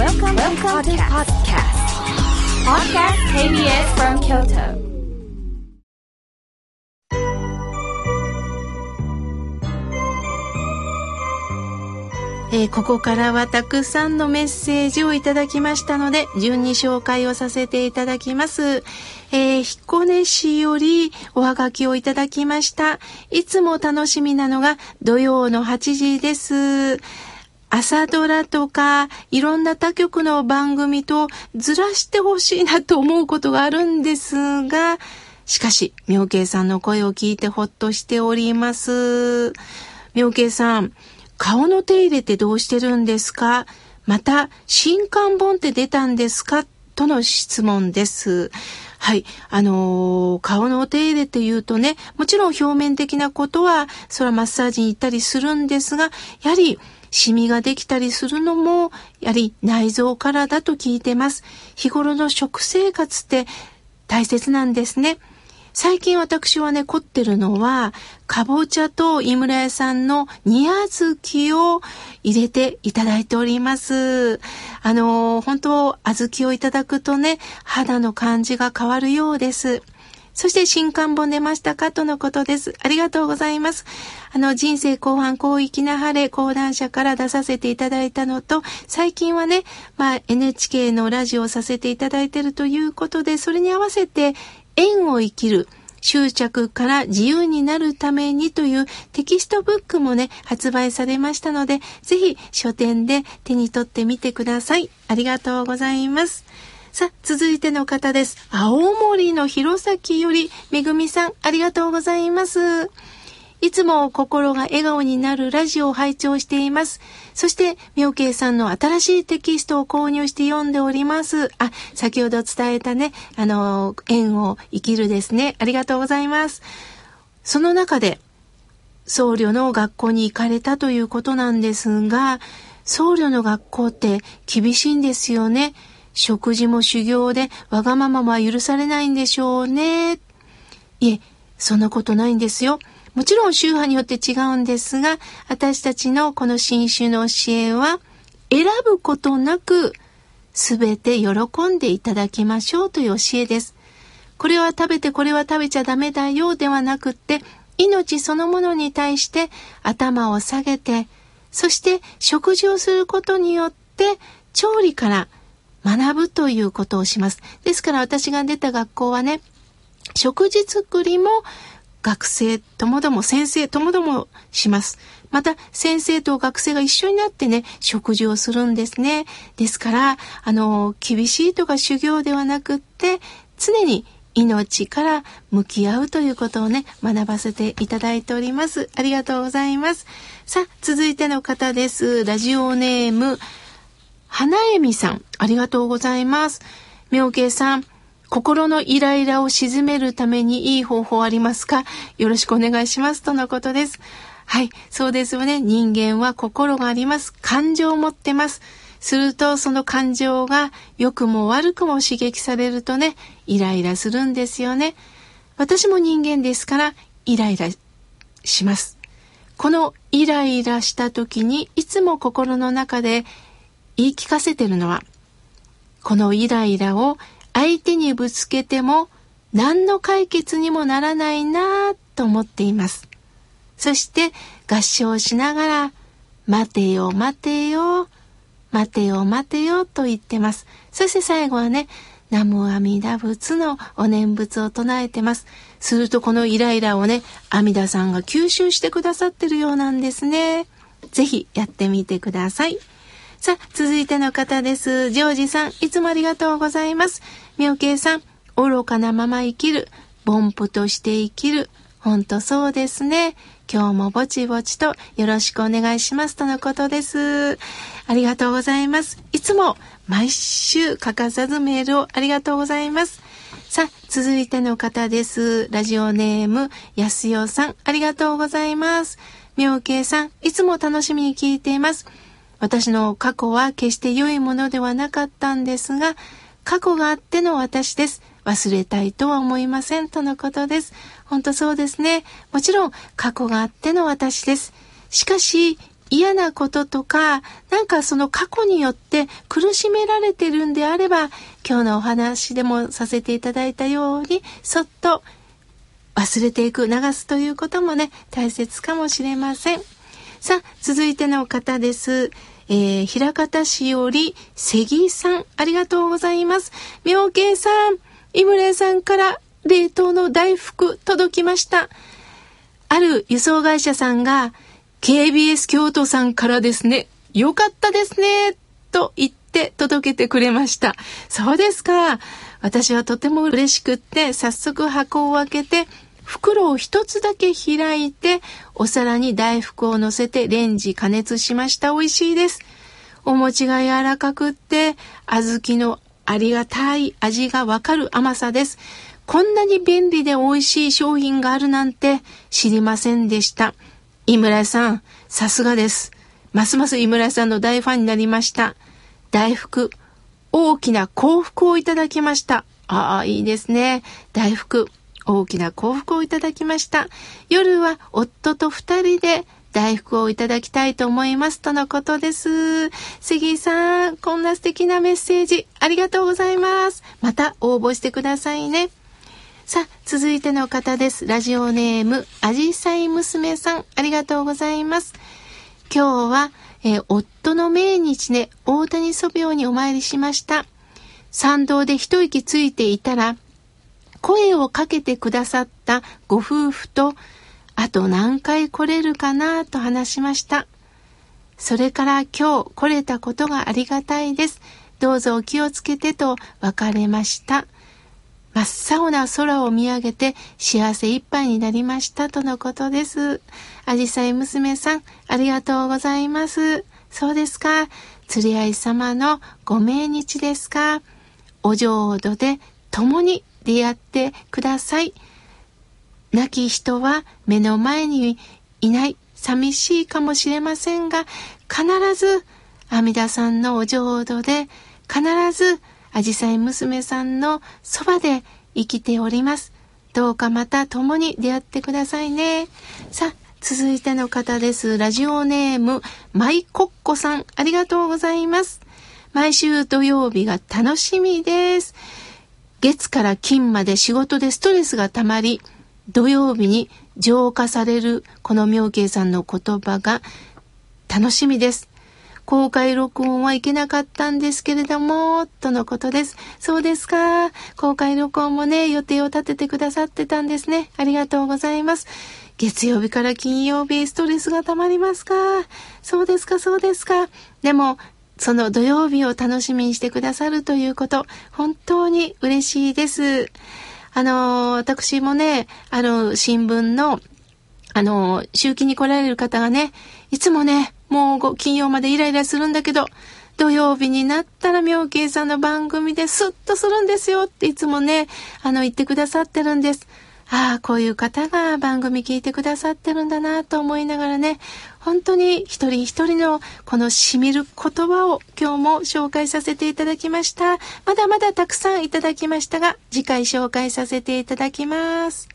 Welcome to podcast. Podcast KBS from Kyoto. ここからはたくさんのメッセージをいただきましたので、順に紹介をさせていただきます。彦根市よりおはがきをいただきました。いつも楽しみなのが土曜の8時です。朝ドラとかいろんな他局の番組とずらしてほしいなと思うことがあるんですが、しかし妙慶さんの声を聞いてほっとしております。妙慶さん、顔の手入れってどうしてるんですか？また新刊本って出たんですか？との質問です。はい。顔の手入れって言うとね、もちろん表面的なことはそれはマッサージに行ったりするんですが、やはりシミができたりするのもやはり内臓からだと聞いてます。日頃の食生活って大切なんですね。最近私はね、凝ってるのは、かぼちゃと井村屋さんの煮小豆を入れていただいております。本当、小豆をいただくとね、肌の感じが変わるようです。そして新刊本出ましたかとのことです。ありがとうございます。人生後半広域な晴れ講談社から出させていただいたのと、最近はね、NHK のラジオをさせていただいているということで、それに合わせて、縁を生きる執着から自由になるためにというテキストブックもね発売されましたので、ぜひ書店で手に取ってみてください。ありがとうございます。さあ、続いての方です。青森の弘前よりめぐみさん、ありがとうございます。いつも心が笑顔になるラジオを拝聴しています。そして妙慶さんの新しいテキストを購入して読んでおります。先ほど伝えたね、縁を生きるですね。ありがとうございます。その中で僧侶の学校に行かれたということなんですが、僧侶の学校って厳しいんですよね。食事も修行でわがままは許されないんでしょうね。いえ、そんなことないんですよ。もちろん宗派によって違うんですが、私たちのこの新宗の教えは、選ぶことなくすべて喜んでいただきましょうという教えです。これは食べてこれは食べちゃダメだよではなくって、命そのものに対して頭を下げて、そして食事をすることによって調理から学ぶということをします。ですから私が出た学校はね、食事作りも学生ともども先生ともどもします。また先生と学生が一緒になってね食事をするんですね。ですから厳しいとか修行ではなくって常に命から向き合うということをね学ばせていただいております。ありがとうございます。さあ続いての方です。ラジオネーム花恵美さん、ありがとうございます。妙慶さん、心のイライラを鎮めるためにいい方法ありますか？よろしくお願いしますとのことです。はい、そうですよね。人間は心があります。感情を持ってます。するとその感情が良くも悪くも刺激されるとね、イライラするんですよね。私も人間ですからイライラします。このイライラした時にいつも心の中で言い聞かせてるのは、このイライラを相手にぶつけても何の解決にもならないなと思っています。そして合唱しながら待てよ待てよ待てよ待てよと言ってます。そして最後はね、南無阿弥陀仏のお念仏を唱えてます。するとこのイライラをね、阿弥陀さんが吸収してくださってるようなんですね。ぜひやってみてください。さあ、続いての方です。ジョージさん、いつもありがとうございます。妙慶さん、愚かなまま生きる、凡夫として生きる。ほんとそうですね。今日もぼちぼちとよろしくお願いしますとのことです。ありがとうございます。いつも毎週欠かさずメールをありがとうございます。さあ、続いての方です。ラジオネーム、やすよさん、ありがとうございます。妙慶さん、いつも楽しみに聞いています。私の過去は決して良いものではなかったんですが、過去があっての私です。忘れたいとは思いませんとのことです。本当そうですね。もちろん過去があっての私です。しかし嫌なこととか、なんかその過去によって苦しめられてるんであれば、今日のお話でもさせていただいたように、そっと忘れていく、流すということもね、大切かもしれません。さあ、続いての方です。枚方市より関木さん、ありがとうございます。妙慶さん、井村さんから冷凍の大福届きました。ある輸送会社さんが、KBS 京都さんからですね、よかったですね、と言って届けてくれました。そうですか。私はとても嬉しくって、早速箱を開けて、袋を一つだけ開いて、お皿に大福を乗せてレンジ加熱しました。美味しいです。お餅が柔らかくって、小豆のありがたい味がわかる甘さです。こんなに便利で美味しい商品があるなんて知りませんでした。井村さん、さすがです。ますます井村さんの大ファンになりました。大福、大きな幸福をいただきました。ああ、いいですね。大福、大きな幸福をいただきました。夜は夫と2人で大福をいただきたいと思います。とのことです。関井さん、こんな素敵なメッセージありがとうございます。また応募してくださいね。さあ、続いての方です。ラジオネーム、あじさい娘さん、ありがとうございます。今日は、夫の命日ね、大谷祖廟にお参りしました。参道で一息ついていたら、声をかけてくださったご夫婦と、あと何回来れるかなと話しました。それから今日来れたことがありがたいです。どうぞお気をつけてと別れました。真っ青な空を見上げて幸せいっぱいになりましたとのことです。あじさい娘さん、ありがとうございます。そうですか。釣り合い様のご命日ですか。お浄土で共に出会ってください。亡き人は目の前にいない、寂しいかもしれませんが、必ず阿弥陀さんのお浄土で、必ずあじさい娘さんのそばで生きております。どうかまた共に出会ってくださいね。さあ、続いての方です。ラジオネーム、まいこっこさん、ありがとうございます。毎週土曜日が楽しみです。月から金まで仕事でストレスがたまり、土曜日に浄化されるこの妙慶さんの言葉が楽しみです。公開録音はいけなかったんですけれども、とのことです。そうですか。公開録音もね、予定を立ててくださってたんですね。ありがとうございます。月曜日から金曜日、ストレスがたまりますか。そうですか、そうですか。でも、その土曜日を楽しみにしてくださるということ、本当に嬉しいです。私もね、新聞の、集金に来られる方がね、いつもね、もう金曜までイライラするんだけど、土曜日になったら妙慶さんの番組でスッとするんですよっていつもね、言ってくださってるんです。ああ、こういう方が番組聞いてくださってるんだなと思いながらね、本当に一人一人のこのしみる言葉を今日も紹介させていただきました。まだまだたくさんいただきましたが、次回紹介させていただきます。